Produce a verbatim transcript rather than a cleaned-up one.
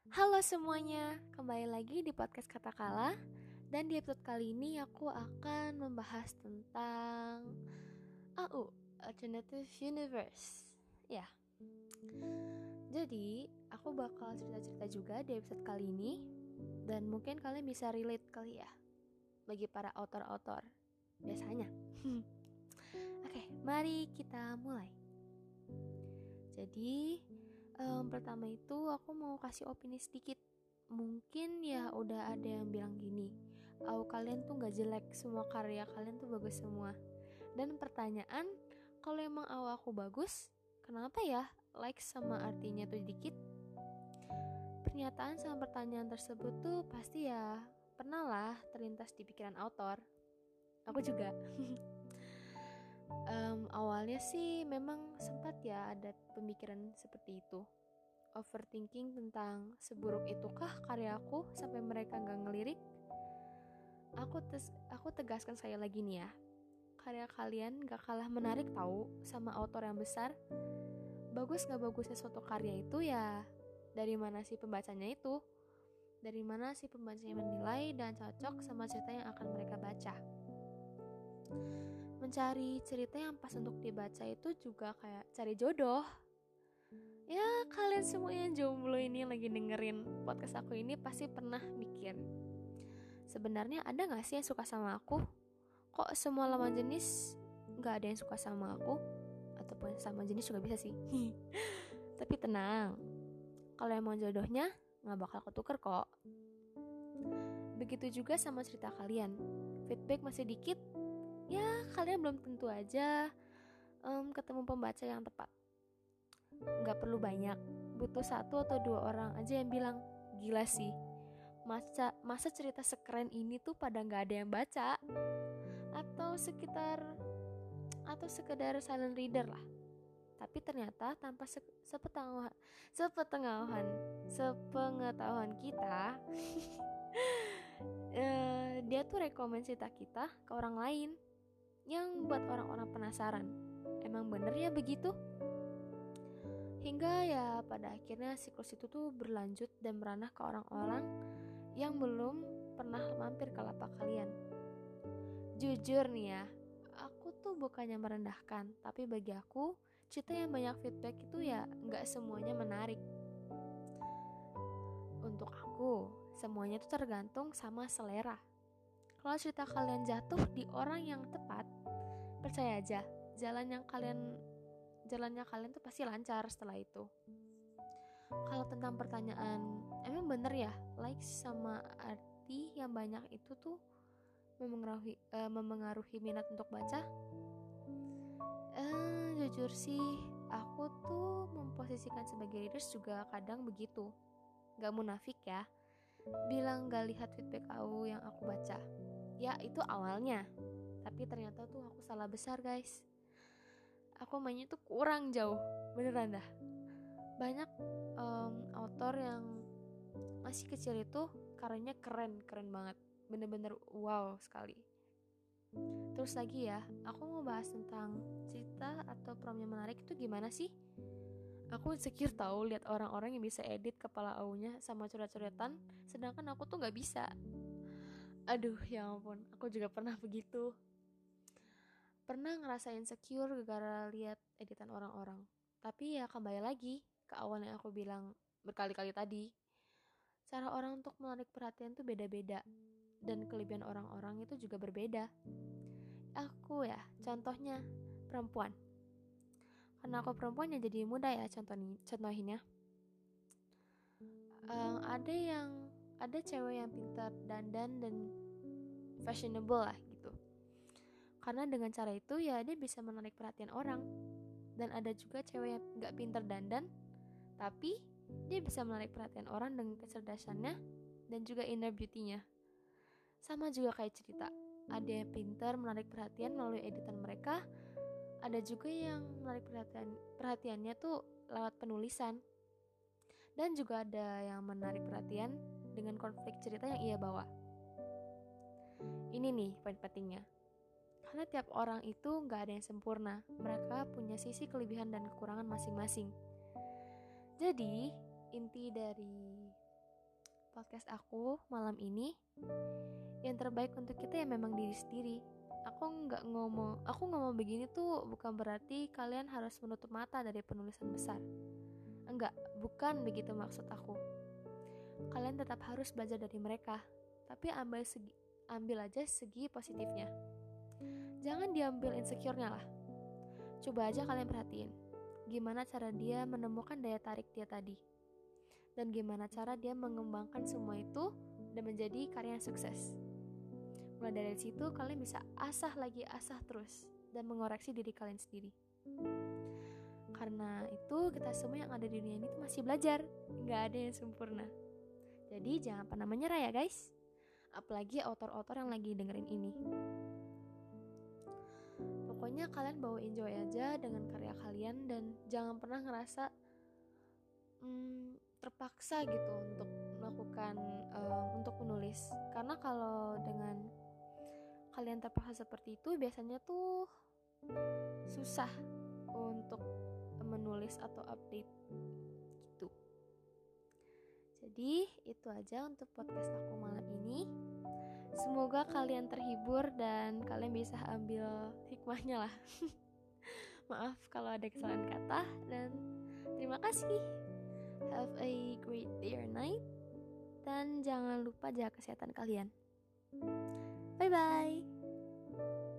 Halo semuanya, kembali lagi di podcast Katakala. Dan di episode kali ini aku akan membahas tentang A U, Alternative Universe. Ya, jadi aku bakal cerita-cerita juga di episode kali ini. Dan mungkin kalian bisa relate kali ya, bagi para author-author biasanya. Oke, mari kita mulai. Jadi um, pertama itu aku mau kasih opini sedikit. Mungkin ya udah ada yang bilang gini, "Au, kalian tuh gak jelek, semua karya kalian tuh bagus semua." Dan pertanyaan, kalau emang au aku bagus, kenapa ya like sama artinya tuh dikit? Pernyataan sama pertanyaan tersebut tuh pasti ya pernah lah terlintas di pikiran author. Aku juga. um, awalnya sih memang sempat ya ada pemikiran seperti itu, overthinking tentang seburuk itukah karyaku sampai mereka gak ngelirik. Aku tes, aku tegaskan saya lagi nih ya, karya kalian gak kalah menarik tahu sama autor yang besar. Bagus gak bagusnya suatu karya itu ya dari mana sih pembacanya itu, dari mana sih pembacanya menilai dan cocok sama cerita yang akan mereka baca. Mencari cerita yang pas untuk dibaca itu juga kayak cari jodoh. Ya, kalian semua yang jomblo ini lagi dengerin podcast aku ini pasti pernah mikir, sebenarnya ada gak sih yang suka sama aku? Kok semua lawan jenis gak ada yang suka sama aku? Ataupun sama jenis juga bisa sih. Tapi tenang, kalau emang jodohnya gak bakal ketuker kok. Begitu juga sama cerita kalian. Feedback masih dikit, ya kalian belum tentu aja um, ketemu pembaca yang tepat. Gak perlu banyak, butuh satu atau dua orang aja yang bilang, gila sih, masa, masa cerita sekeren ini tuh pada gak ada yang baca. Atau sekitar Atau sekedar silent reader lah. Tapi ternyata tanpa se- sepengetahuan sepengetahuan sepengetahuan kita uh, dia tuh rekomen cerita kita ke orang lain, yang buat orang-orang penasaran. Emang bener ya begitu? Hingga ya pada akhirnya siklus itu tuh berlanjut dan meranah ke orang-orang yang belum pernah mampir ke lapak kalian. Jujur nih ya, aku tuh bukannya merendahkan, tapi bagi aku cerita yang banyak feedback itu ya gak semuanya menarik. Untuk aku, semuanya tuh tergantung sama selera. Kalau cerita kalian jatuh di orang yang tepat, percaya aja, jalan yang kalian jalannya kalian tuh pasti lancar setelah itu. Kalau tentang pertanyaan, emang bener ya likes sama arti yang banyak itu tuh memengaruhi, uh, memengaruhi minat untuk baca? Eh, jujur sih, aku tuh memposisikan sebagai readers juga kadang begitu. Gak munafik ya, bilang gak lihat feedback aku yang aku baca. Ya itu awalnya, tapi ternyata tuh aku salah besar guys. Aku mainnya tuh kurang jauh, beneran dah. Banyak um, author yang masih kecil itu karyanya keren, keren banget. Bener-bener wow sekali. Terus lagi ya, aku mau bahas tentang cerita atau prompt yang menarik itu gimana sih? Aku insecure tahu lihat orang-orang yang bisa edit kepala aunya sama coret-coretan, sedangkan aku tuh gak bisa. Aduh ya ampun, aku juga pernah begitu. Pernah ngerasa insecure gara-gara lihat editan orang-orang. Tapi ya kembali lagi ke awal yang aku bilang berkali-kali tadi. Cara orang untuk menarik perhatian tuh beda-beda, dan kelebihan orang-orang itu juga berbeda. Aku ya, contohnya perempuan. Karena aku perempuan ya jadi mudah ya contohin, contohinnya. Um, ada yang ada cewek yang pintar dandan dan fashionable lah gitu. Karena dengan cara itu ya dia bisa menarik perhatian orang. Dan ada juga cewek yang gak pintar dandan, tapi dia bisa menarik perhatian orang dengan kecerdasannya dan juga inner beauty-nya. Sama juga kayak cerita, ada yang pintar menarik perhatian melalui editan mereka, ada juga yang menarik perhatian perhatiannya tuh lewat penulisan, dan juga ada yang menarik perhatian dengan konflik cerita yang ia bawa. Ini nih poin pentingnya, karena tiap orang itu gak ada yang sempurna. Mereka punya sisi kelebihan dan kekurangan masing-masing. Jadi inti dari podcast aku malam ini, yang terbaik untuk kita ya memang diri sendiri. Aku nggak ngomong, aku ngomong begini tuh bukan berarti kalian harus menutup mata dari penulisan besar. Enggak, bukan begitu maksud aku. Kalian tetap harus belajar dari mereka, tapi ambil segi, ambil aja segi positifnya. Jangan diambil insecure-nya lah. Coba aja kalian perhatiin, gimana cara dia menemukan daya tarik dia tadi, dan gimana cara dia mengembangkan semua itu dan menjadi karya yang sukses. Mulai dari situ kalian bisa asah lagi, asah terus, dan mengoreksi diri kalian sendiri. Karena itu kita semua yang ada di dunia ini tuh masih belajar, nggak ada yang sempurna. Jadi jangan pernah menyerah ya guys, apalagi autor-autor yang lagi dengerin ini. Pokoknya kalian bawa enjoy aja dengan karya kalian, dan jangan pernah ngerasa hmm, terpaksa gitu untuk melakukan uh, untuk menulis. Karena kalau dengan kalian terpaksa seperti itu, biasanya tuh susah untuk menulis atau update gitu. Jadi itu aja untuk podcast aku malam ini. Semoga kalian terhibur dan kalian bisa ambil hikmahnya lah. Maaf kalau ada kesalahan kata, dan terima kasih. Have a great day or night, dan jangan lupa jaga kesehatan kalian. Bye bye.